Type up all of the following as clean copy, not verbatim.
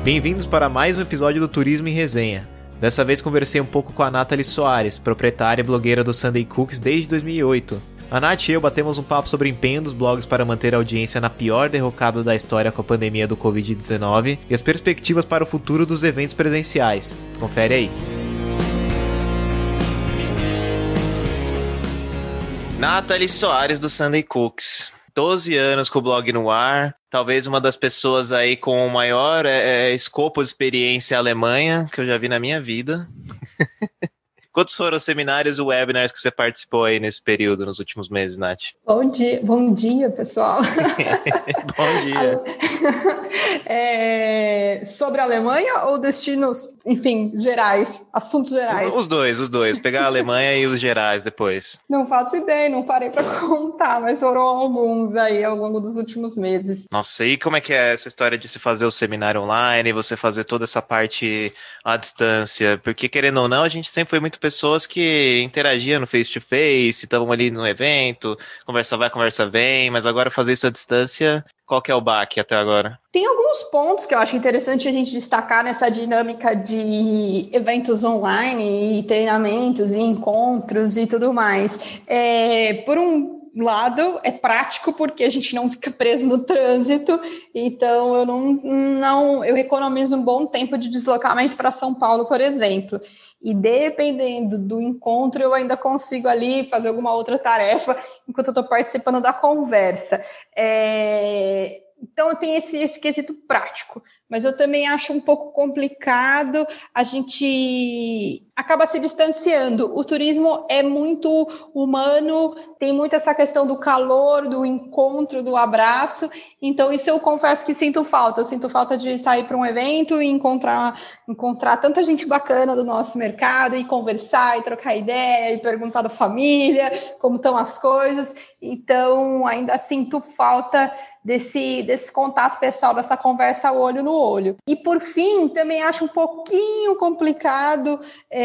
Bem-vindos para mais um episódio do Turismo em Resenha. Dessa vez conversei um pouco com a Nathalie Soares, proprietária e blogueira do Sunday Cooks desde 2008. A Nath e eu batemos um papo sobre empenho dos blogs para manter a audiência na pior derrocada da história com a pandemia do Covid-19 e as perspectivas para o futuro dos eventos presenciais. Confere aí. Nathalie Soares do Sunday Cooks. 12 anos com o blog no ar, talvez uma das pessoas aí com o maior escopo de experiência Alemanha que eu já vi na minha vida. Quantos foram os seminários e webinars que você participou aí nesse período, nos últimos meses, Nath? Bom dia, pessoal. Bom dia. Sobre a Alemanha ou destinos, enfim, gerais, assuntos gerais? Os dois. Pegar a Alemanha e os gerais depois. Não faço ideia, não parei para contar, mas foram alguns aí ao longo dos últimos meses. Nossa, e como é que é essa história de se fazer o seminário online, você fazer toda essa parte à distância? Porque, querendo ou não, a gente sempre foi muito pessoas que interagiam no face-to-face, estavam ali no evento, conversa vai, conversa vem, mas agora fazer isso à distância, qual que é o baque até agora? Tem alguns pontos que eu acho interessante a gente destacar nessa dinâmica de eventos online e treinamentos e encontros e tudo mais. Por um lado, é prático porque a gente não fica preso no trânsito, então eu economizo um bom tempo de deslocamento para São Paulo, por exemplo. E dependendo do encontro, eu ainda consigo ali fazer alguma outra tarefa enquanto eu estou participando da conversa. Então, eu tenho esse quesito prático, mas eu também acho um pouco complicado, a gente acaba se distanciando. O turismo é muito humano, tem muito essa questão do calor, do encontro, do abraço, então isso eu confesso que sinto falta. Eu sinto falta de sair para um evento e encontrar tanta gente bacana do nosso mercado e conversar e trocar ideia e perguntar da família, como estão as coisas. Então, ainda sinto falta desse contato pessoal, dessa conversa olho no olho. E, por fim, também acho um pouquinho complicado,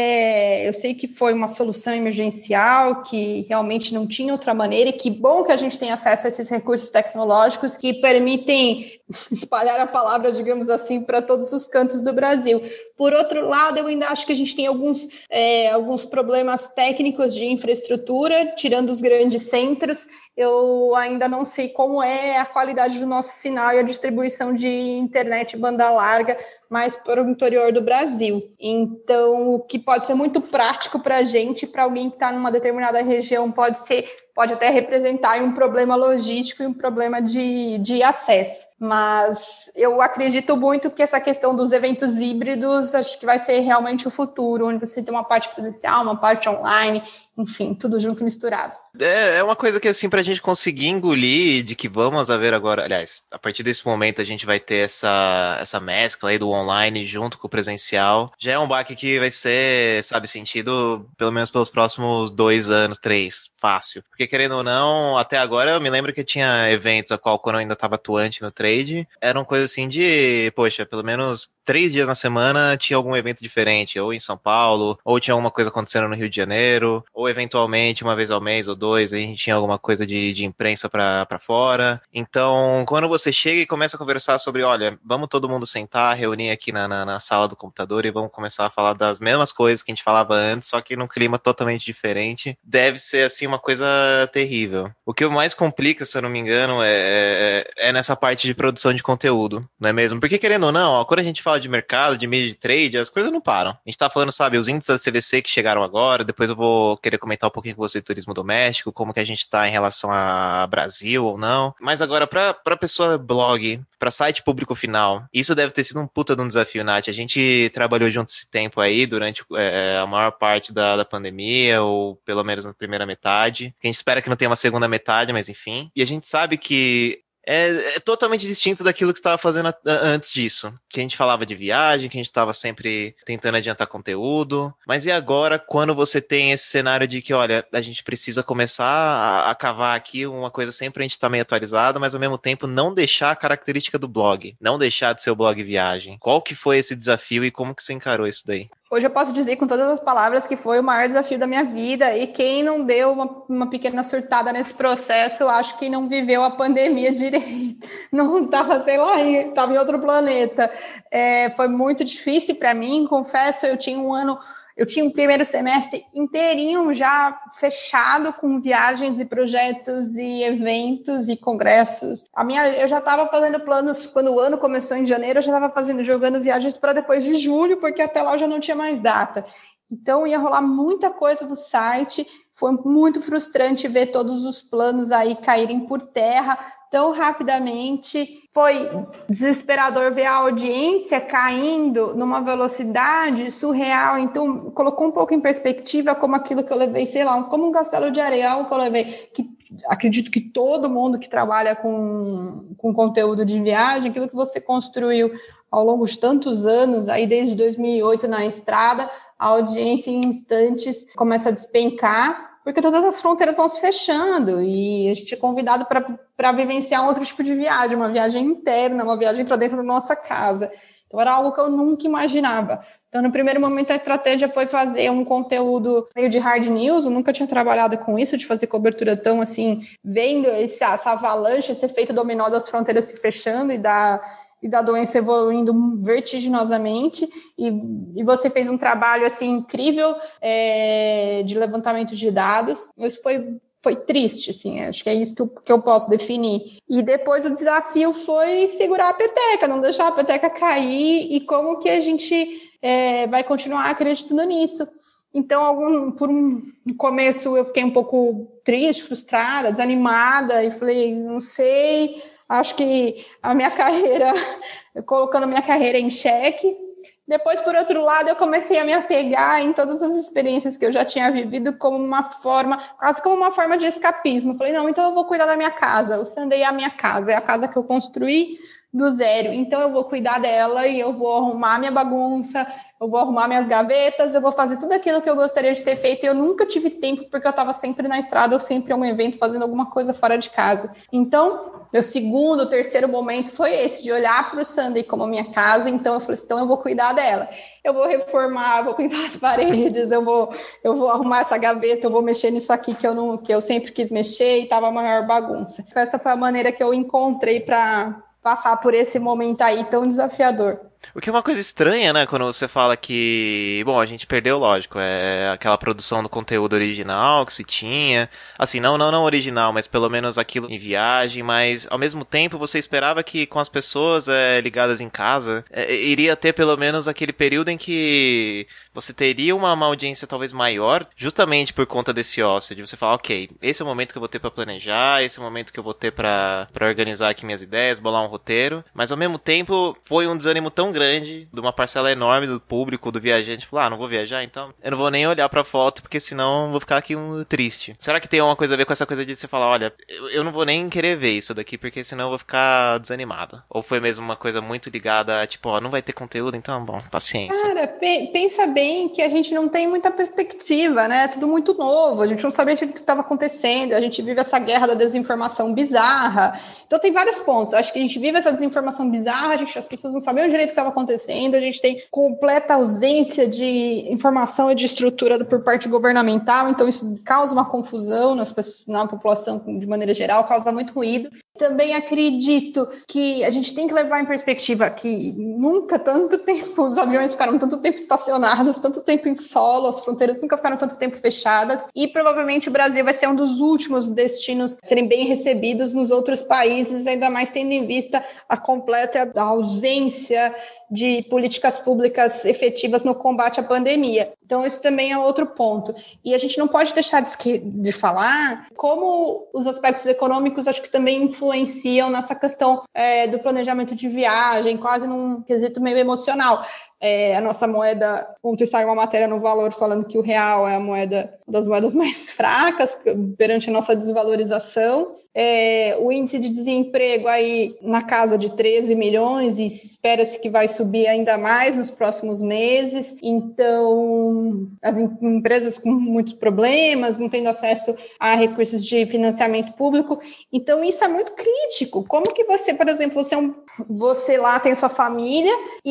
eu sei que foi uma solução emergencial, que realmente não tinha outra maneira, e que bom que a gente tem acesso a esses recursos tecnológicos que permitem espalhar a palavra, digamos assim, para todos os cantos do Brasil. Por outro lado, eu ainda acho que a gente tem alguns problemas técnicos de infraestrutura, tirando os grandes centros. Eu ainda não sei como é a qualidade do nosso sinal e a distribuição de internet banda larga mais para o interior do Brasil. Então, o que pode ser muito prático para a gente, para alguém que está numa determinada região, pode até representar um problema logístico e um problema de acesso. Mas eu acredito muito que essa questão dos eventos híbridos, acho que vai ser realmente o futuro, onde você tem uma parte presencial, uma parte online, enfim, tudo junto, misturado. É uma coisa que, assim, pra gente conseguir engolir de que vamos haver agora, aliás, a partir desse momento a gente vai ter essa mescla aí do online junto com o presencial, já é um baque que vai ser, sabe, sentido pelo menos pelos próximos 2 anos, 3, fácil. Porque, querendo ou não, até agora eu me lembro que tinha eventos a qual, quando eu ainda estava atuante no trade, eram coisas assim de, poxa, pelo menos 3 dias na semana tinha algum evento diferente, ou em São Paulo, ou tinha alguma coisa acontecendo no Rio de Janeiro, ou eventualmente uma vez ao mês ou 2, a gente tinha alguma coisa de imprensa pra fora. Então, quando você chega e começa a conversar sobre, olha, vamos todo mundo sentar, reunir aqui na sala do computador e vamos começar a falar das mesmas coisas que a gente falava antes, só que num clima totalmente diferente, deve ser, assim, uma coisa terrível. O que mais complica, se eu não me engano, é nessa parte de produção de conteúdo, não é mesmo? Porque, querendo ou não, ó, quando a gente fala de mercado, de mídia de trade, as coisas não param. A gente tá falando, sabe, os índices da CVC que chegaram agora, depois eu vou querer comentar um pouquinho com você de turismo doméstico, como que a gente tá em relação a Brasil ou não. Mas agora, pra pessoa blog, pra site público final, isso deve ter sido um puta de um desafio, Nath. A gente trabalhou junto esse tempo aí, durante a maior parte da pandemia, ou pelo menos na primeira metade. A gente espera que não tenha uma segunda metade, mas enfim. E a gente sabe que é totalmente distinto daquilo que você estava fazendo antes disso. Que a gente falava de viagem, que a gente estava sempre tentando adiantar conteúdo. Mas e agora, quando você tem esse cenário de que, olha, a gente precisa começar a cavar aqui uma coisa sempre a gente tá meio atualizado, mas ao mesmo tempo não deixar a característica do blog. Não deixar de ser o blog viagem. Qual que foi esse desafio e como que você encarou isso daí? Hoje eu posso dizer com todas as palavras que foi o maior desafio da minha vida, e quem não deu uma pequena surtada nesse processo, acho que não viveu a pandemia direito, não estava, sei lá, estava em outro planeta. Foi muito difícil para mim, confesso, eu tinha um primeiro semestre inteirinho já fechado com viagens e projetos e eventos e congressos. Eu já estava fazendo planos, quando o ano começou em janeiro, eu já estava jogando viagens para depois de julho, porque até lá eu já não tinha mais data. Então ia rolar muita coisa do site, foi muito frustrante ver todos os planos aí caírem por terra tão rapidamente. Foi desesperador ver a audiência caindo numa velocidade surreal. Então, colocou um pouco em perspectiva como aquilo que eu levei, sei lá, como um castelo de areia, algo que eu levei, que acredito que todo mundo que trabalha com conteúdo de viagem, aquilo que você construiu ao longo de tantos anos, aí desde 2008 na estrada, a audiência em instantes começa a despencar, porque todas as fronteiras vão se fechando e a gente é convidado para vivenciar um outro tipo de viagem, uma viagem interna, uma viagem para dentro da nossa casa. Então, era algo que eu nunca imaginava. Então, no primeiro momento, a estratégia foi fazer um conteúdo meio de hard news. Eu nunca tinha trabalhado com isso, de fazer cobertura tão assim, vendo essa avalanche, esse efeito dominó das fronteiras se fechando e da doença evoluindo vertiginosamente, e você fez um trabalho assim incrível de levantamento de dados. Isso foi triste, assim, acho que é isso que eu posso definir. E depois o desafio foi segurar a peteca, não deixar a peteca cair, e como que a gente vai continuar acreditando nisso. Então, no começo eu fiquei um pouco triste, frustrada, desanimada, e falei, não sei, acho que a minha carreira, colocando a minha carreira em xeque. Depois, por outro lado, eu comecei a me apegar em todas as experiências que eu já tinha vivido como uma forma, quase como uma forma de escapismo. Falei, não, então eu vou cuidar da minha casa. O Sunday é a minha casa, é a casa que eu construí do zero. Então eu vou cuidar dela e eu vou arrumar minha bagunça, eu vou arrumar minhas gavetas, eu vou fazer tudo aquilo que eu gostaria de ter feito. E eu nunca tive tempo, porque eu estava sempre na estrada, ou sempre em um evento, fazendo alguma coisa fora de casa. Então, meu segundo, terceiro momento foi esse, de olhar para o Sunday como a minha casa. Então eu falei assim, então eu vou cuidar dela. Eu vou reformar, eu vou pintar as paredes, eu vou arrumar essa gaveta, eu vou mexer nisso aqui que eu sempre quis mexer e estava a maior bagunça. Essa foi a maneira que eu encontrei para passar por esse momento aí tão desafiador. O que é uma coisa estranha, né, quando você fala que, bom, a gente perdeu, lógico, aquela produção do conteúdo original que se tinha, assim, não original, mas pelo menos aquilo em viagem, mas ao mesmo tempo você esperava que com as pessoas ligadas em casa, iria ter pelo menos aquele período em que você teria uma audiência talvez maior, justamente por conta desse ócio, de você falar, ok, esse é o momento que eu vou ter pra planejar, esse é o momento que eu vou ter pra organizar aqui minhas ideias, bolar um roteiro, mas ao mesmo tempo foi um desânimo tão grande, de uma parcela enorme do público, do viajante, falar, não vou viajar, então eu não vou nem olhar pra foto, porque senão eu vou ficar aqui triste. Será que tem alguma coisa a ver com essa coisa de você falar, olha, eu não vou nem querer ver isso daqui, porque senão eu vou ficar desanimado? Ou foi mesmo uma coisa muito ligada a, tipo, ó, não vai ter conteúdo, então, bom, paciência. Cara, pensa bem que a gente não tem muita perspectiva, né? É tudo muito novo, a gente não sabia o que estava acontecendo, a gente vive essa guerra da desinformação bizarra. Então tem vários pontos. Acho que a gente vive essa desinformação bizarra, as pessoas não sabiam direito o que estava acontecendo, a gente tem completa ausência de informação e de estrutura por parte governamental, então isso causa uma confusão na população de maneira geral, causa muito ruído. Também acredito que a gente tem que levar em perspectiva que nunca tanto tempo os aviões ficaram tanto tempo estacionados, tanto tempo em solo, as fronteiras nunca ficaram tanto tempo fechadas, e provavelmente o Brasil vai ser um dos últimos destinos a serem bem recebidos nos outros países, ainda mais tendo em vista a completa ausência de políticas públicas efetivas no combate à pandemia. Então, isso também é outro ponto. E a gente não pode deixar de falar como os aspectos econômicos acho que também influenciam nessa questão do planejamento de viagem, quase num quesito meio emocional. A nossa moeda, ontem saiu uma matéria no Valor falando que o real é uma das moedas mais fracas perante a nossa desvalorização. O índice de desemprego aí na casa de 13 milhões e espera-se que vai subir subir ainda mais nos próximos meses. Então, as empresas com muitos problemas, não tendo acesso a recursos de financiamento público. Então, isso é muito crítico. Como que você, por exemplo, você lá tem sua família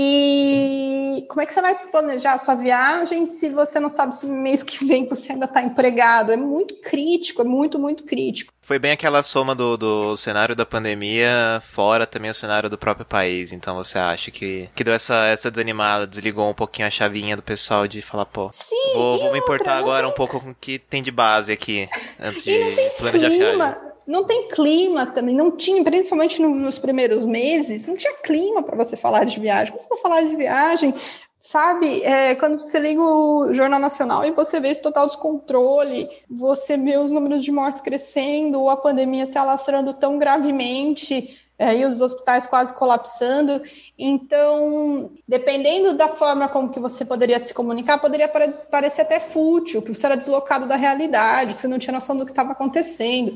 e como é que você vai planejar a sua viagem se você não sabe se mês que vem você ainda está empregado? É muito crítico, é muito, muito crítico. Foi bem aquela soma do cenário da pandemia, fora também o cenário do próprio país. Então você acha que deu essa desanimada, desligou um pouquinho a chavinha do pessoal de falar, pô, sim, vou me importar agora um pouco com o que tem de base aqui, antes de planejar a viagem. Não tem clima também, não tinha, principalmente nos primeiros meses, não tinha clima para você falar de viagem. Como você vai falar de viagem? Sabe, quando você liga o Jornal Nacional e você vê esse total descontrole, você vê os números de mortes crescendo, ou a pandemia se alastrando tão gravemente, e os hospitais quase colapsando. Então, dependendo da forma como que você poderia se comunicar, poderia parecer até fútil, que você era deslocado da realidade, que você não tinha noção do que estava acontecendo.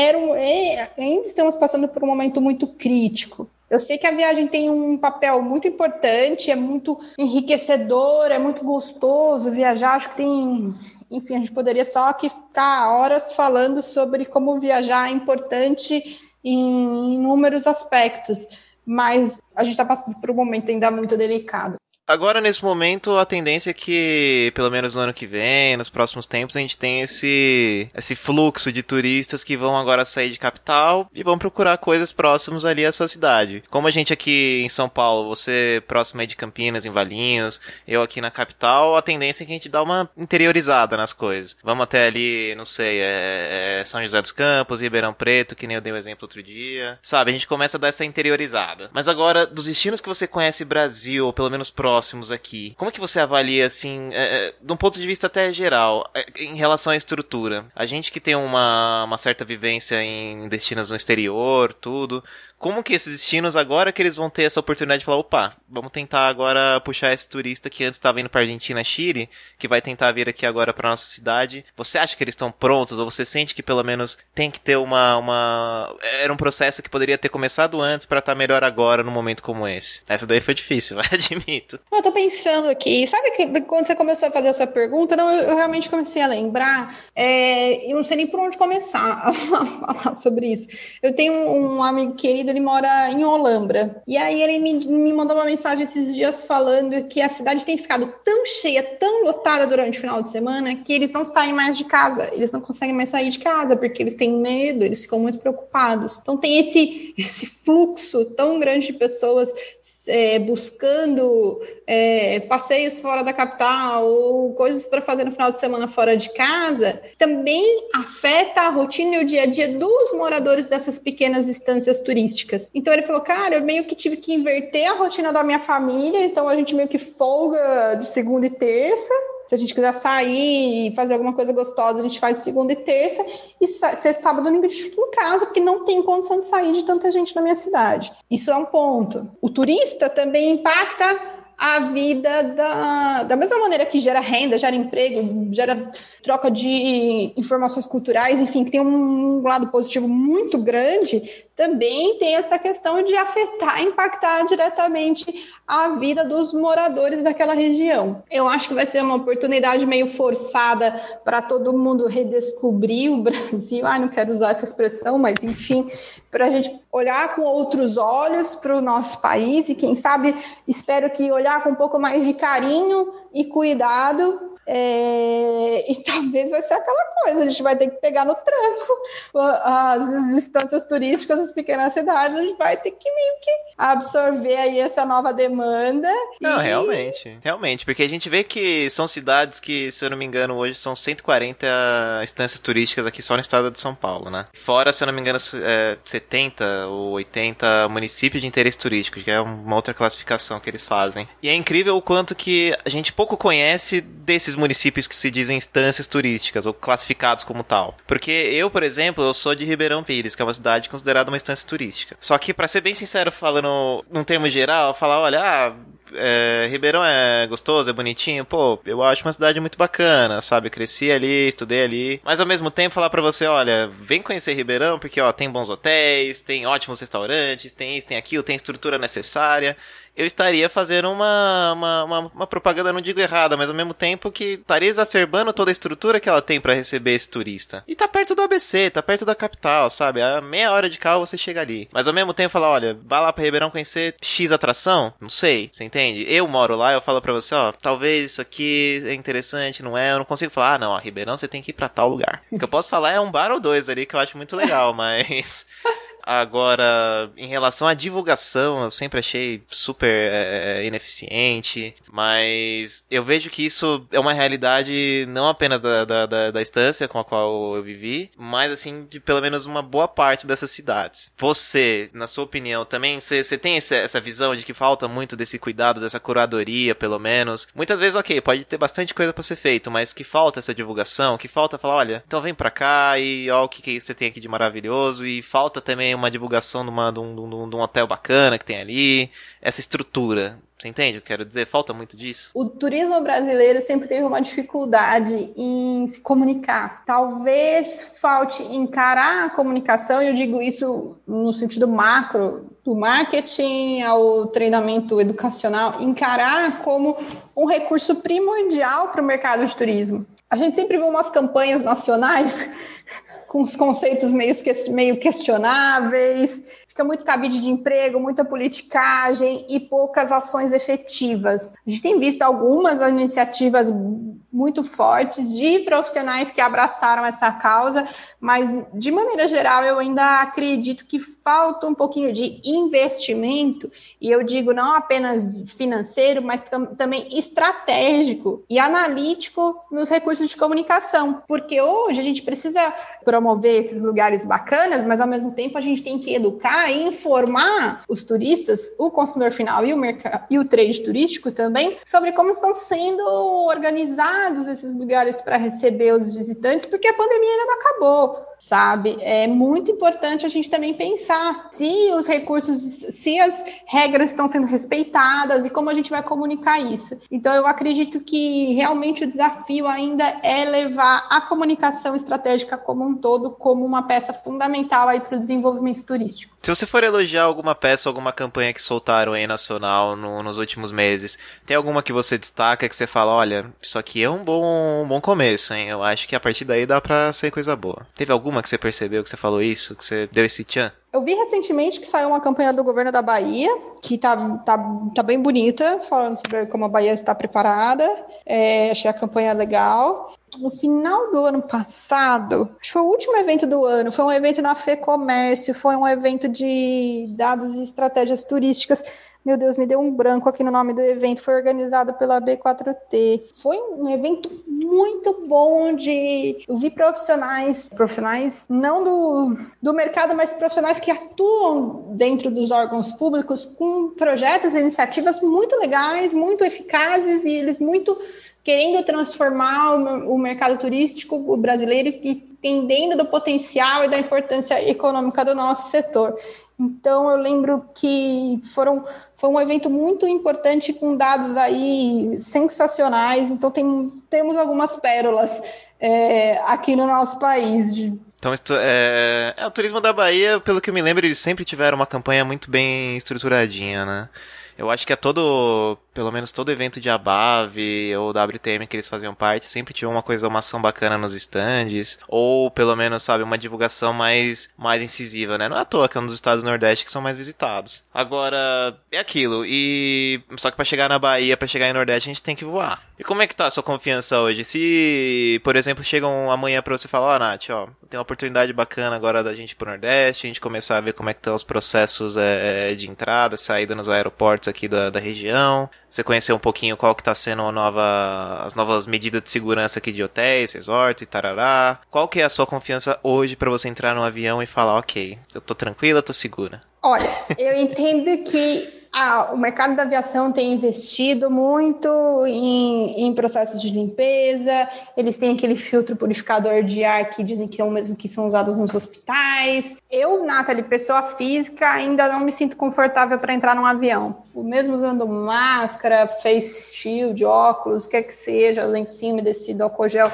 Ainda estamos passando por um momento muito crítico. Eu sei que a viagem tem um papel muito importante, é muito enriquecedor, é muito gostoso viajar. Acho que enfim, a gente poderia só aqui ficar horas falando sobre como viajar é importante em inúmeros aspectos, mas a gente está passando por um momento ainda muito delicado. Agora, nesse momento, a tendência é que, pelo menos no ano que vem, nos próximos tempos, a gente tem esse fluxo de turistas que vão agora sair de capital e vão procurar coisas próximas ali à sua cidade. Como a gente aqui em São Paulo, você próximo aí de Campinas, em Valinhos, eu aqui na capital, a tendência é que a gente dá uma interiorizada nas coisas. Vamos até ali, não sei, São José dos Campos, Ribeirão Preto, que nem eu dei o exemplo outro dia. Sabe, a gente começa a dar essa interiorizada. Mas agora, dos destinos que você conhece Brasil, ou pelo menos próximos aqui, como é que você avalia, assim, de um ponto de vista até geral, em relação à estrutura? A gente que tem uma certa vivência em destinos no exterior, tudo, como que esses destinos agora que eles vão ter essa oportunidade de falar, opa, vamos tentar agora puxar esse turista que antes estava indo para Argentina, Chile, que vai tentar vir aqui agora para nossa cidade. Você acha que eles estão prontos, ou você sente que pelo menos tem que ter era um processo que poderia ter começado antes para estar melhor agora num momento como esse? Essa daí foi difícil, admito. Eu tô pensando aqui, sabe que quando você começou a fazer essa pergunta, eu realmente comecei a lembrar, eu não sei nem por onde começar a falar sobre isso. Eu tenho um amigo querido, ele mora em Olambra, e aí ele me mandou uma mensagem esses dias falando que a cidade tem ficado tão cheia, tão lotada durante o final de semana, que eles não saem mais de casa, eles não conseguem mais sair de casa, porque eles têm medo, eles ficam muito preocupados. Então tem esse fluxo tão grande de pessoas buscando passeios fora da capital ou coisas para fazer no final de semana fora de casa, também afeta a rotina e o dia a dia dos moradores dessas pequenas estâncias turísticas. Então ele falou, cara, eu meio que tive que inverter a rotina da minha família, então a gente meio que folga de segunda e terça. Se a gente quiser sair e fazer alguma coisa gostosa, a gente faz segunda e terça, e sábado e domingo a gente fica em casa, porque não tem condição de sair de tanta gente na minha cidade. Isso é um ponto. O turista também impacta a vida da mesma maneira que gera renda, gera emprego, gera troca de informações culturais, enfim, que tem um lado positivo muito grande, também tem essa questão de afetar, impactar diretamente a vida dos moradores daquela região. Eu acho que vai ser uma oportunidade meio forçada para todo mundo redescobrir o Brasil. Não quero usar essa expressão, mas enfim, para a gente olhar com outros olhos para o nosso país e, quem sabe, espero que olhar com um pouco mais de carinho e cuidado. E talvez vai ser aquela coisa, a gente vai ter que pegar no tranco as instâncias turísticas das pequenas cidades, a gente vai ter que meio que absorver aí essa nova demanda. Não, realmente, porque a gente vê que são cidades que, se eu não me engano, hoje são 140 instâncias turísticas aqui só no estado de São Paulo, né? Fora, se eu não me engano, 70 ou 80 municípios de interesse turístico, que é uma outra classificação que eles fazem. E é incrível o quanto que a gente pouco conhece desses municípios que se dizem instâncias turísticas ou classificados como tal. Porque eu, por exemplo, eu sou de Ribeirão Pires, que é uma cidade considerada uma instância turística. Só que, pra ser bem sincero, falando num termo geral, falar, olha, Ribeirão é gostoso, é bonitinho, pô, eu acho uma cidade muito bacana, sabe? Cresci ali, estudei ali, mas ao mesmo tempo falar pra você, olha, vem conhecer Ribeirão, porque, ó, tem bons hotéis, tem ótimos restaurantes, tem isso, tem aquilo, tem estrutura necessária. Eu estaria fazendo uma propaganda, não digo errada, mas ao mesmo tempo que estaria exacerbando toda a estrutura que ela tem pra receber esse turista. E tá perto do ABC, tá perto da capital, sabe? A meia hora de carro você chega ali. Mas ao mesmo tempo falar, olha, vai lá pra Ribeirão conhecer X atração? Não sei, você entende? Eu moro lá, eu falo pra você, ó, talvez isso aqui é interessante, não é? Eu não consigo falar, não, ó, Ribeirão você tem que ir pra tal lugar. O que eu posso falar é um bar ou dois ali que eu acho muito legal, mas... Agora, em relação à divulgação, eu sempre achei super ineficiente, mas eu vejo que isso é uma realidade não apenas da estância com a qual eu vivi, mas assim, de pelo menos uma boa parte dessas cidades. Você, na sua opinião, também, você tem essa visão de que falta muito desse cuidado, dessa curadoria, pelo menos? Muitas vezes, ok, pode ter bastante coisa pra ser feito, mas que falta essa divulgação, que falta falar, olha, então vem pra cá e ó o que você tem aqui de maravilhoso, e falta também uma divulgação de um hotel bacana que tem ali, essa estrutura. Você entende o que eu quero dizer? Falta muito disso? O turismo brasileiro sempre teve uma dificuldade em se comunicar. Talvez falte encarar a comunicação, e eu digo isso no sentido macro, do marketing ao treinamento educacional, encarar como um recurso primordial para o mercado de turismo. A gente sempre vê umas campanhas nacionais com os conceitos meio questionáveis, fica muito cabide de emprego, muita politicagem e poucas ações efetivas. A gente tem visto algumas iniciativas muito fortes de profissionais que abraçaram essa causa, mas, de maneira geral, eu ainda acredito que falta um pouquinho de investimento, e eu digo não apenas financeiro, mas também estratégico e analítico nos recursos de comunicação, porque hoje a gente precisa promover esses lugares bacanas, mas, ao mesmo tempo, a gente tem que educar e informar os turistas, o consumidor final e o trade turístico também, sobre como estão sendo organizados esses lugares para receber os visitantes, porque a pandemia ainda não acabou, sabe? É muito importante a gente também pensar se os recursos, se as regras estão sendo respeitadas e como a gente vai comunicar isso. Então, eu acredito que realmente o desafio ainda é levar a comunicação estratégica como um todo como uma peça fundamental aí para o desenvolvimento turístico. Se você for elogiar alguma peça, alguma campanha que soltaram aí nacional nos últimos meses, tem alguma que você destaca que você fala, olha, isso aqui é um bom começo, hein? Eu acho que a partir daí dá pra ser coisa boa. Teve alguma que você percebeu que você falou isso, que você deu esse tchan? Eu vi recentemente que saiu uma campanha do governo da Bahia, que tá bem bonita, falando sobre como a Bahia está preparada. Achei a campanha legal. No final do ano passado, acho que foi o último evento do ano, foi um evento na FEComércio, foi um evento de dados e estratégias turísticas. Meu Deus, me deu um branco aqui no nome do evento. Foi organizado pela B4T. Foi um evento muito bom eu vi profissionais não do mercado, mas profissionais que atuam dentro dos órgãos públicos com projetos e iniciativas muito legais, muito eficazes, e eles muito querendo transformar o mercado turístico brasileiro e entendendo do potencial e da importância econômica do nosso setor. Então, eu lembro que foi um evento muito importante, com dados aí sensacionais. Então, temos algumas pérolas aqui no nosso país. Então, o turismo da Bahia, pelo que eu me lembro, eles sempre tiveram uma campanha muito bem estruturadinha, né? Eu acho que pelo menos todo evento de Abave ou WTM que eles faziam parte, sempre tinha uma ação bacana nos stands, ou pelo menos, sabe, uma divulgação mais incisiva, né? Não é à toa que é um dos estados do Nordeste que são mais visitados. Agora, é aquilo, só que pra chegar na Bahia, pra chegar em Nordeste, a gente tem que voar. E como é que tá a sua confiança hoje? Se, por exemplo, chegam amanhã pra você falar, Nath, tem uma oportunidade bacana agora da gente ir pro Nordeste, a gente começar a ver como é que estão os processos de entrada, saída nos aeroportos aqui da região, você conhecer um pouquinho qual que tá sendo as novas medidas de segurança aqui de hotéis, resorts e tarará. Qual que é a sua confiança hoje pra você entrar no avião e falar, ok, eu tô tranquila, tô segura? Olha, eu entendo que O mercado da aviação tem investido muito em processos de limpeza, eles têm aquele filtro purificador de ar que dizem que é o mesmo que são usados nos hospitais. Eu, Nathalie, pessoa física, ainda não me sinto confortável para entrar num avião. Mesmo usando máscara, face shield, óculos, o que é que seja, lá em cima desse álcool gel,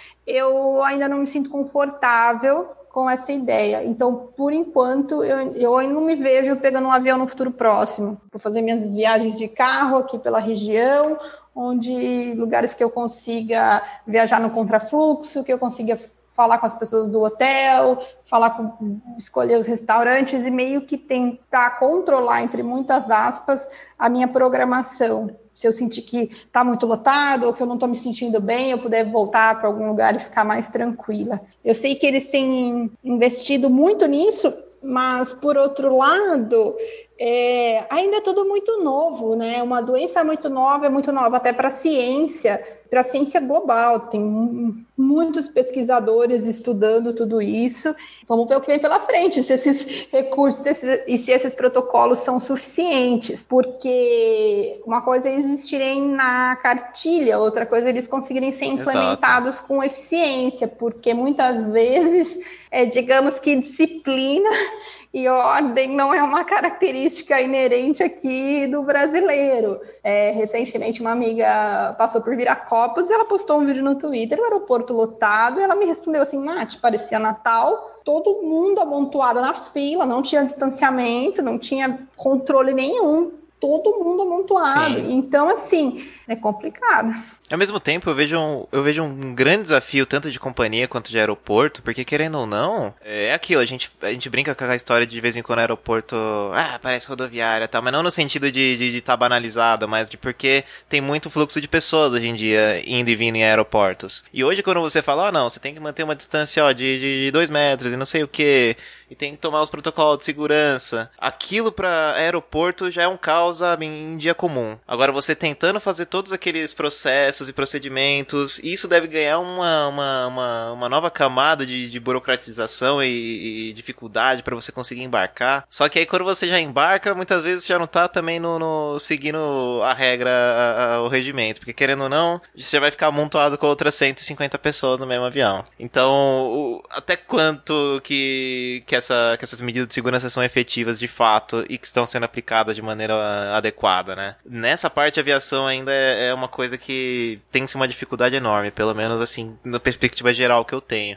eu ainda não me sinto confortável com essa ideia. Então, por enquanto, eu ainda não me vejo pegando um avião no futuro próximo. Vou fazer minhas viagens de carro aqui pela região, lugares que eu consiga viajar no contrafluxo, que eu consiga falar com as pessoas do hotel, escolher os restaurantes e meio que tentar controlar, entre muitas aspas, a minha programação. Se eu sentir que está muito lotado ou que eu não estou me sentindo bem, eu puder voltar para algum lugar e ficar mais tranquila. Eu sei que eles têm investido muito nisso, mas, por outro lado, ainda é tudo muito novo, né? Uma doença é muito nova até para a ciência global. Tem muitos pesquisadores estudando tudo isso. Vamos ver o que vem pela frente, se esses recursos e se esses protocolos são suficientes, porque uma coisa é existirem na cartilha, outra coisa é eles conseguirem ser implementados com eficiência, porque muitas vezes, digamos que disciplina e ordem não é uma característica inerente aqui do brasileiro. Recentemente, uma amiga passou por Viracopos e ela postou um vídeo no Twitter, o aeroporto lotado, e ela me respondeu assim, Nath, parecia Natal, todo mundo amontoado na fila, não tinha distanciamento, não tinha controle nenhum, todo mundo amontoado. Sim. Então, assim, é complicado. Ao mesmo tempo, eu vejo um grande desafio, tanto de companhia quanto de aeroporto, porque, querendo ou não, é aquilo, a gente brinca com a história de vez em quando o aeroporto, parece rodoviária e tal, mas não no sentido de estar banalizado, mas de porque tem muito fluxo de pessoas hoje em dia indo e vindo em aeroportos. E hoje, quando você fala, não, você tem que manter uma distância, de 2 metros e não sei o que, e tem que tomar os protocolos de segurança, aquilo para aeroporto já é um caos, sabe, em dia comum. Agora, você tentando fazer todos aqueles processos e procedimentos, isso deve ganhar uma nova camada de burocratização e dificuldade para você conseguir embarcar. Só que aí quando você já embarca, muitas vezes já não tá também seguindo a regra, o regimento, porque querendo ou não, você vai ficar amontoado com outras 150 pessoas no mesmo avião. Então, até quanto que essas medidas de segurança são efetivas de fato e que estão sendo aplicadas de maneira adequada, né? Nessa parte, a aviação ainda é uma coisa que tem-se uma dificuldade enorme, pelo menos assim, na perspectiva geral que eu tenho.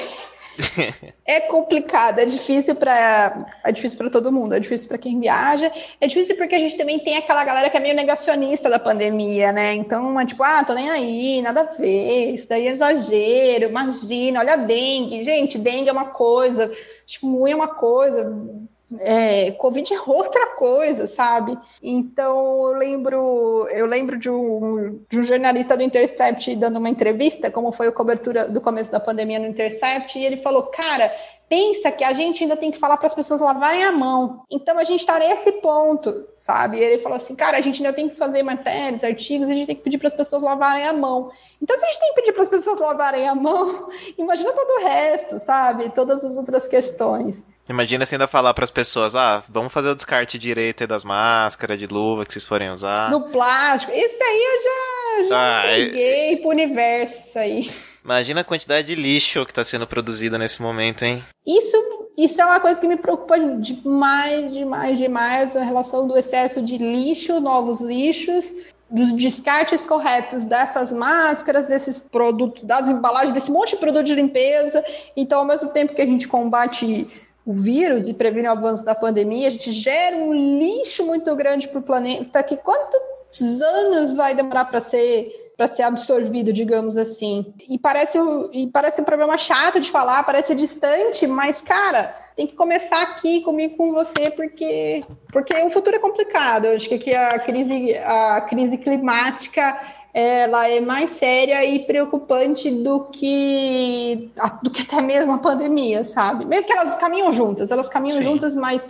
É complicado, é difícil para todo mundo, é difícil para quem viaja, é difícil porque a gente também tem aquela galera que é meio negacionista da pandemia, né? Então, tipo, tô nem aí, nada a ver, isso daí é exagero, imagina, olha a dengue. Gente, dengue é uma coisa, chikungunya é uma coisa, Covid é outra coisa, sabe? Então, eu lembro de um jornalista do Intercept dando uma entrevista, como foi a cobertura do começo da pandemia no Intercept, e ele falou, cara, pensa que a gente ainda tem que falar para as pessoas lavarem a mão. Então, a gente está nesse ponto, sabe? E ele falou assim, cara, a gente ainda tem que fazer matérias, artigos, e a gente tem que pedir para as pessoas lavarem a mão. Então, se a gente tem que pedir para as pessoas lavarem a mão, imagina todo o resto, sabe? Todas as outras questões. Imagina se ainda falar para as pessoas, vamos fazer o descarte direito aí das máscaras, de luva que vocês forem usar. Do plástico, isso aí eu já peguei pro universo, isso aí. Imagina a quantidade de lixo que está sendo produzida nesse momento, hein? Isso é uma coisa que me preocupa demais, a relação do excesso de lixo, novos lixos, dos descartes corretos dessas máscaras, desses produtos, das embalagens, desse monte de produto de limpeza. Então, ao mesmo tempo que a gente combate o vírus e previne o avanço da pandemia, a gente gera um lixo muito grande para o planeta, que quantos anos vai demorar para ser absorvido, digamos assim. E parece um problema chato de falar, parece distante, mas, cara, tem que começar aqui comigo, com você, porque o futuro é complicado. Eu acho que aqui a crise climática ela é mais séria e preocupante do que até mesmo a pandemia, sabe? Meio que elas caminham Sim. juntas, mas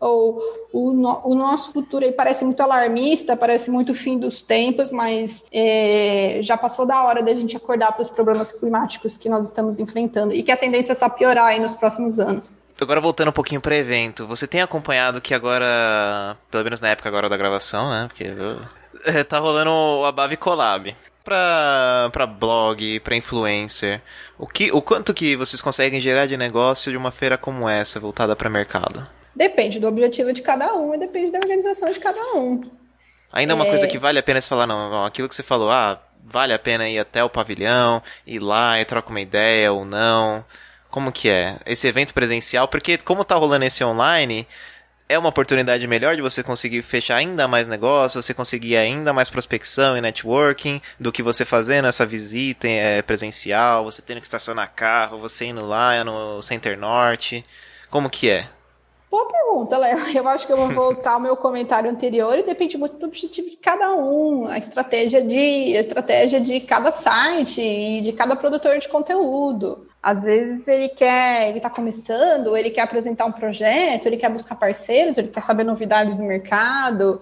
o nosso futuro aí parece muito alarmista, parece muito fim dos tempos, mas já passou da hora da gente acordar para os problemas climáticos que nós estamos enfrentando e que a tendência é só piorar aí nos próximos anos. Agora voltando um pouquinho para evento, você tem acompanhado que agora, pelo menos na época agora da gravação, né? Porque tá rolando o Abave Collab. Pra blog, pra influencer, o quanto que vocês conseguem gerar de negócio de uma feira como essa, voltada para mercado? Depende do objetivo de cada um e depende da organização de cada um. Ainda é uma coisa que vale a pena você falar, não, aquilo que você falou, vale a pena ir até o pavilhão, ir lá e trocar uma ideia ou não. Como que é? Esse evento presencial, porque como tá rolando esse online, é uma oportunidade melhor de você conseguir fechar ainda mais negócio, você conseguir ainda mais prospecção e networking do que você fazendo essa visita presencial, você tendo que estacionar carro, você indo lá no Center Norte. Como que é? Boa pergunta, Léo. Eu acho que eu vou voltar ao meu comentário anterior e depende muito do objetivo de cada um, a estratégia de cada site e de cada produtor de conteúdo. Às vezes ele está começando, ele quer apresentar um projeto, ele quer buscar parceiros, ele quer saber novidades do mercado.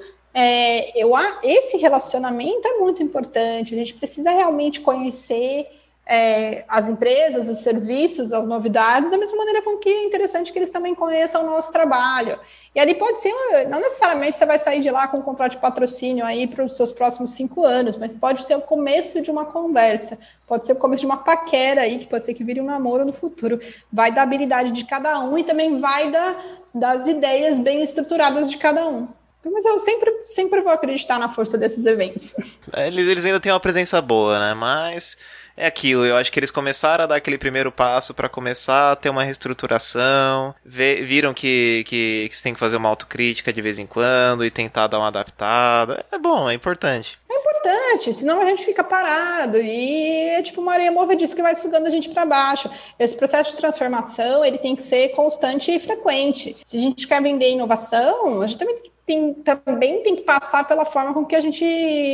Esse relacionamento é muito importante, a gente precisa realmente conhecer as empresas, os serviços, as novidades, da mesma maneira com que é interessante que eles também conheçam o nosso trabalho. E ali pode ser, não necessariamente você vai sair de lá com um contrato de patrocínio aí para os seus próximos 5 anos, mas pode ser o começo de uma conversa, pode ser o começo de uma paquera aí, que pode ser que vire um namoro no futuro. Vai da habilidade de cada um e também vai das ideias bem estruturadas de cada um. Mas eu sempre vou acreditar na força desses eventos. Eles ainda têm uma presença boa, né? Mas é aquilo, eu acho que eles começaram a dar aquele primeiro passo para começar a ter uma reestruturação, viram que você tem que fazer uma autocrítica de vez em quando e tentar dar uma adaptada. É bom, é importante. É importante, senão a gente fica parado e é tipo uma areia movediça que vai sugando a gente para baixo. Esse processo de transformação, ele tem que ser constante e frequente. Se a gente quer vender inovação, a gente também tem que passar pela forma com que a gente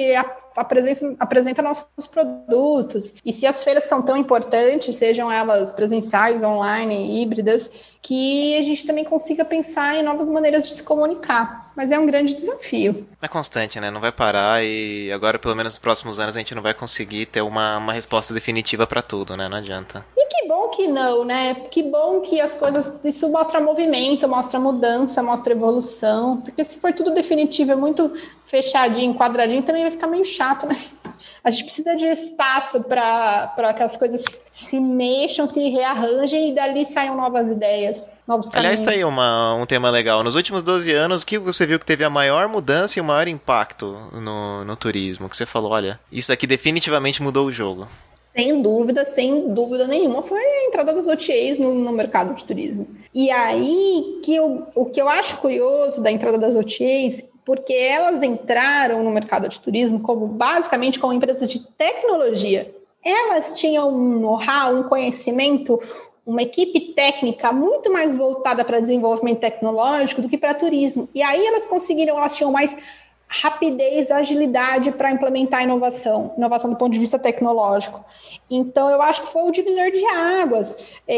apresenta nossos produtos. E se as feiras são tão importantes, sejam elas presenciais, online, híbridas, que a gente também consiga pensar em novas maneiras de se comunicar. Mas é um grande desafio. É constante, né? Não vai parar e agora, pelo menos nos próximos anos, a gente não vai conseguir ter uma resposta definitiva para tudo, né? Não adianta. E que bom que não, né? Que bom que as coisas... Isso mostra movimento, mostra mudança, mostra evolução. Porque se for tudo definitivo, muito fechadinho, quadradinho, também vai ficar meio chato, né? A gente precisa de espaço para que as coisas se mexam, se rearranjem e dali saiam novas ideias, novos caminhos. Aliás, tá aí um tema legal. Nos últimos 12 anos, o que você viu que teve a maior mudança e o maior impacto no turismo? Que você falou, olha, isso aqui definitivamente mudou o jogo. Sem dúvida nenhuma, foi a entrada das OTAs no mercado de turismo. E aí, o que eu acho curioso da entrada das OTAs, porque elas entraram no mercado de turismo basicamente como empresas de tecnologia. Elas tinham um know-how, um conhecimento, uma equipe técnica muito mais voltada para desenvolvimento tecnológico do que para turismo. E aí elas tinham mais rapidez, agilidade para implementar inovação do ponto de vista tecnológico. Então, eu acho que foi o divisor de águas.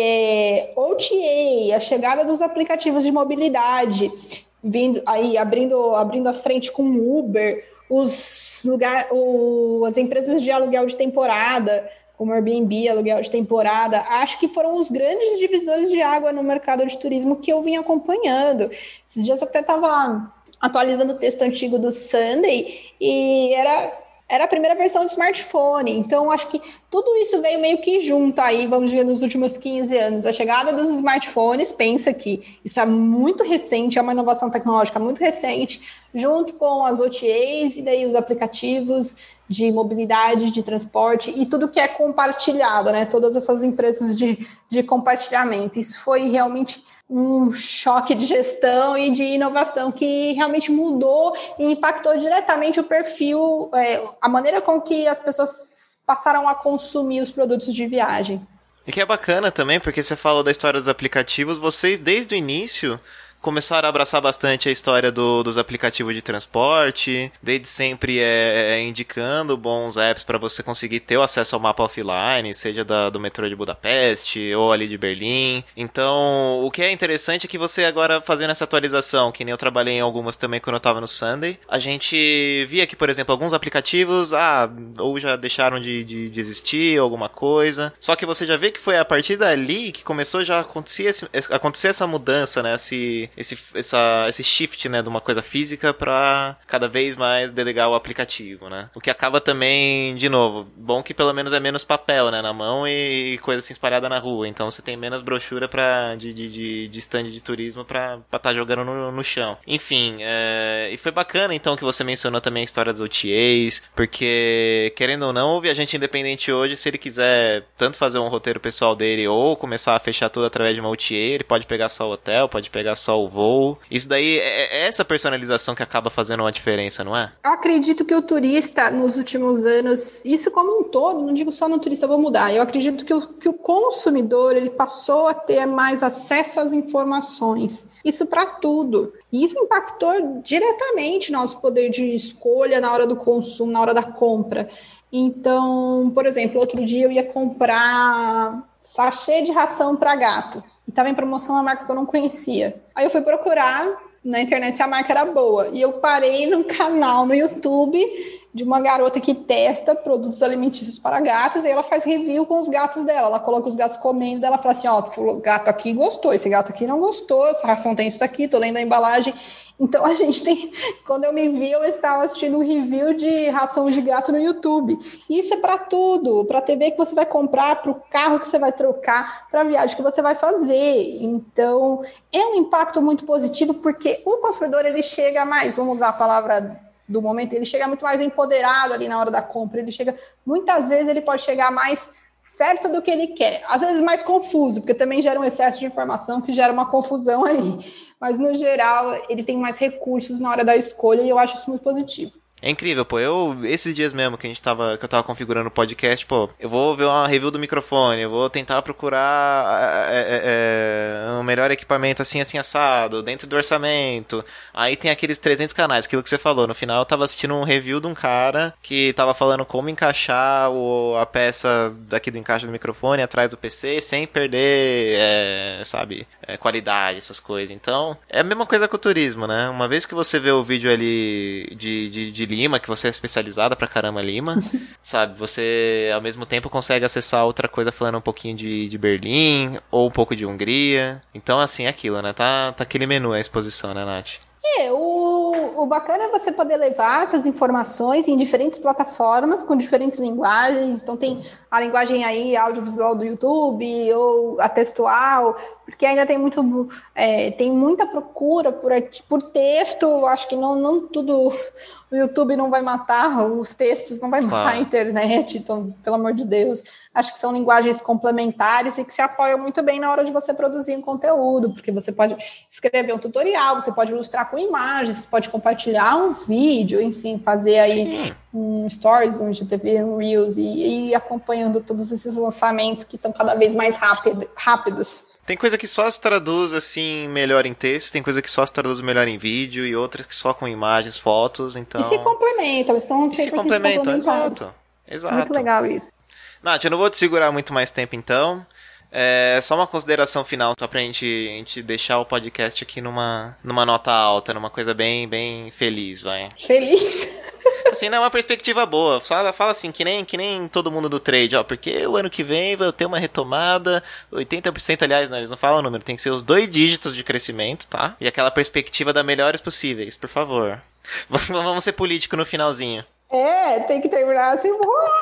OTA, a chegada dos aplicativos de mobilidade, vindo aí, abrindo a frente com o Uber, as empresas de aluguel de temporada, como Airbnb, aluguel de temporada, acho que foram os grandes divisores de água no mercado de turismo que eu vim acompanhando. Esses dias eu até estava atualizando o texto antigo do Sunday e era a primeira versão de smartphone. Então, acho que tudo isso veio meio que junto aí, vamos dizer, nos últimos 15 anos. A chegada dos smartphones, pensa que isso é muito recente, é uma inovação tecnológica muito recente, junto com as OTAs e daí os aplicativos de mobilidade, de transporte e tudo que é compartilhado, né? Todas essas empresas de compartilhamento. Isso foi realmente um choque de gestão e de inovação que realmente mudou e impactou diretamente o perfil, a maneira com que as pessoas passaram a consumir os produtos de viagem. E que é bacana também, porque você falou da história dos aplicativos, vocês desde o início começaram a abraçar bastante a história dos aplicativos de transporte, desde sempre indicando bons apps para você conseguir ter o acesso ao mapa offline, seja do metrô de Budapeste ou ali de Berlim. Então, o que é interessante é que você agora fazendo essa atualização, que nem eu trabalhei em algumas também quando eu tava no Sunday, a gente via que, por exemplo, alguns aplicativos, ou já deixaram de existir, alguma coisa. Só que você já vê que foi a partir dali que começou já a acontecer essa mudança, né? Esse shift, né? De uma coisa física pra cada vez mais delegar o aplicativo, né? O que acaba também, de novo, bom que pelo menos é menos papel, né? Na mão e coisa assim espalhada na rua. Então você tem menos brochura de stand de turismo pra tá jogando no chão. Enfim, e foi bacana então que você mencionou também a história das OTAs, porque, querendo ou não, o viajante independente hoje, se ele quiser tanto fazer um roteiro pessoal dele ou começar a fechar tudo através de uma OTA, ele pode pegar só o hotel, pode pegar só o voo. Isso daí é essa personalização que acaba fazendo uma diferença, não é? Eu acredito que o turista, nos últimos anos, isso como um todo, não digo só no turista, vou mudar. Eu acredito que o consumidor, ele passou a ter mais acesso às informações. Isso para tudo. E isso impactou diretamente nosso poder de escolha na hora do consumo, na hora da compra. Então, por exemplo, outro dia eu ia comprar sachê de ração para gato. E estava em promoção uma marca que eu não conhecia. Aí eu fui procurar na internet se a marca era boa. E eu parei num canal no YouTube de uma garota que testa produtos alimentícios para gatos, e ela faz review com os gatos dela. Ela coloca os gatos comendo, ela fala assim, o gato aqui gostou, esse gato aqui não gostou, essa ração tem isso aqui, tô lendo a embalagem. Então, a gente tem... Quando eu me vi, eu estava assistindo um review de ração de gato no YouTube. E isso é para tudo, para a TV que você vai comprar, para o carro que você vai trocar, para a viagem que você vai fazer. Então, é um impacto muito positivo, porque o consumidor, ele chega mais, vamos usar a palavra do momento, ele chega muito mais empoderado ali na hora da compra. Muitas vezes, ele pode chegar mais certo do que ele quer. Às vezes mais confuso, porque também gera um excesso de informação que gera uma confusão aí. Mas, no geral, ele tem mais recursos na hora da escolha e eu acho isso muito positivo. É incrível, pô. Esses dias mesmo que eu tava configurando o podcast, pô, eu vou ver uma review do microfone, eu vou tentar procurar um melhor equipamento assim assado, dentro do orçamento. Aí tem aqueles 300 canais, aquilo que você falou. No final eu tava assistindo um review de um cara que tava falando como encaixar a peça daqui do encaixe do microfone atrás do PC sem perder, qualidade, essas coisas. Então, é a mesma coisa com o turismo, né? Uma vez que você vê o vídeo ali de Lima, que você é especializada pra caramba Lima, sabe? Você, ao mesmo tempo, consegue acessar outra coisa falando um pouquinho de Berlim, ou um pouco de Hungria. Então, assim, é aquilo, né? Tá aquele menu, a exposição, né, Nath? O bacana é você poder levar essas informações em diferentes plataformas, com diferentes linguagens. Então, tem a linguagem aí audiovisual do YouTube, ou a textual, porque ainda tem tem muita procura por texto. Acho que não tudo... O YouTube não vai matar os textos, não vai matar a internet, então, pelo amor de Deus. Acho que são linguagens complementares e que se apoiam muito bem na hora de você produzir um conteúdo, porque você pode escrever um tutorial, você pode ilustrar com imagens, você pode compartilhar um vídeo, enfim, fazer aí um Stories, um IGTV, um Reels, e ir acompanhando todos esses lançamentos que estão cada vez mais rápidos. Tem coisa que só se traduz assim melhor em texto, tem coisa que só se traduz melhor em vídeo e outras que só com imagens, fotos, então... E se complementam, estão sempre se complementam, exato. Muito legal isso. Nath, eu não vou te segurar muito mais tempo então. Só uma consideração final, só pra gente deixar o podcast aqui numa nota alta, numa coisa bem, bem feliz, vai. Feliz? Assim, não é uma perspectiva boa. Fala assim, que nem todo mundo do trade, ó, porque o ano que vem vai ter uma retomada, 80%, aliás, não, eles não falam o número, tem que ser os 2 dígitos de crescimento, tá? E aquela perspectiva da melhores possíveis, por favor. Vamos ser político no finalzinho. Tem que terminar assim,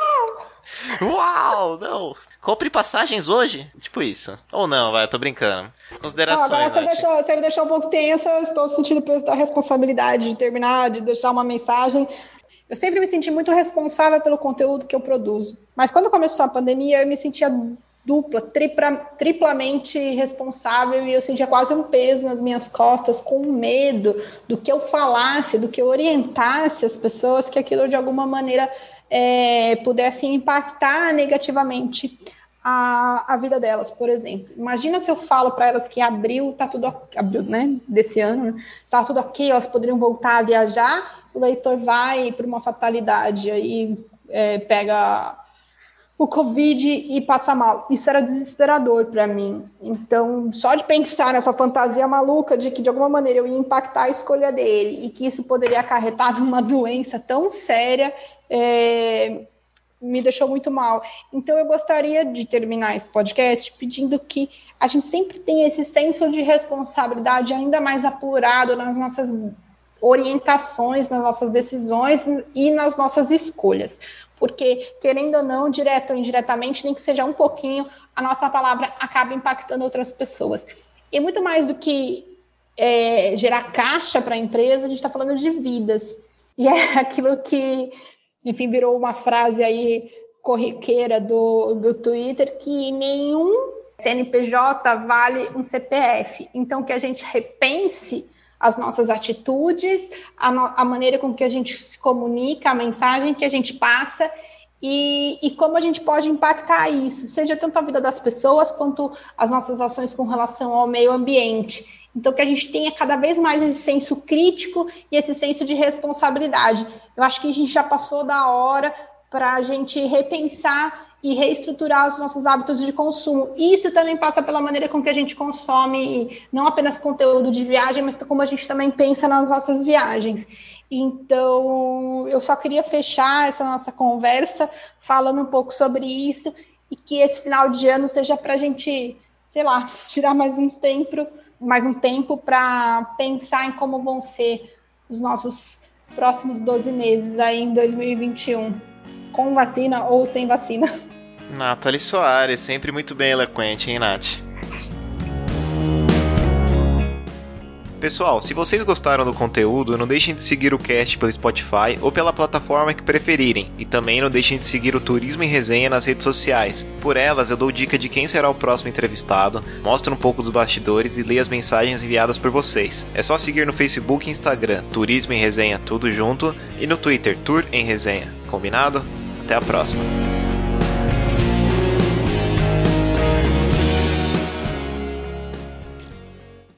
uau, não. Compre passagens hoje? Tipo isso. Ou não, eu tô brincando. Considerações. Agora você me deixou um pouco tensa, estou sentindo o peso da responsabilidade de terminar, de deixar uma mensagem. Eu sempre me senti muito responsável pelo conteúdo que eu produzo. Mas quando começou a pandemia, eu me sentia triplamente responsável, e eu sentia quase um peso nas minhas costas, com medo do que eu falasse, do que eu orientasse as pessoas, que aquilo de alguma maneira pudesse impactar negativamente a vida delas, por exemplo. Imagina se eu falo para elas que abril, né, desse ano, né, está tudo ok, elas poderiam voltar a viajar, o leitor vai para uma fatalidade, aí pega o Covid e passa mal. Isso era desesperador para mim. Então, só de pensar nessa fantasia maluca de que, de alguma maneira, eu ia impactar a escolha dele e que isso poderia acarretar numa doença tão séria, me deixou muito mal. Então, eu gostaria de terminar esse podcast pedindo que a gente sempre tenha esse senso de responsabilidade ainda mais apurado nas nossas orientações, nas nossas decisões e nas nossas escolhas. Porque, querendo ou não, direto ou indiretamente, nem que seja um pouquinho, a nossa palavra acaba impactando outras pessoas. E muito mais do que gerar caixa para a empresa, a gente está falando de vidas. E é aquilo que, enfim, virou uma frase aí corriqueira do Twitter, que nenhum CNPJ vale um CPF. Então, que a gente repense as nossas atitudes, a maneira com que a gente se comunica, a mensagem que a gente passa e como a gente pode impactar isso, seja tanto a vida das pessoas quanto as nossas ações com relação ao meio ambiente. Então, que a gente tenha cada vez mais esse senso crítico e esse senso de responsabilidade. Eu acho que a gente já passou da hora para a gente repensar e reestruturar os nossos hábitos de consumo. Isso também passa pela maneira com que a gente consome, não apenas conteúdo de viagem, mas como a gente também pensa nas nossas viagens. Então, eu só queria fechar essa nossa conversa falando um pouco sobre isso e que esse final de ano seja para a gente, sei lá, tirar mais um tempo para pensar em como vão ser os nossos próximos 12 meses aí em 2021, com vacina ou sem vacina. Nathalie Soares, sempre muito bem eloquente, hein, Nath? Pessoal, se vocês gostaram do conteúdo, não deixem de seguir o cast pelo Spotify ou pela plataforma que preferirem. E também não deixem de seguir o Turismo em Resenha nas redes sociais. Por elas, eu dou dica de quem será o próximo entrevistado, mostro um pouco dos bastidores e leio as mensagens enviadas por vocês. É só seguir no Facebook e Instagram, Turismo em Resenha tudo junto, e no Twitter, Tour em Resenha. Combinado? Até a próxima!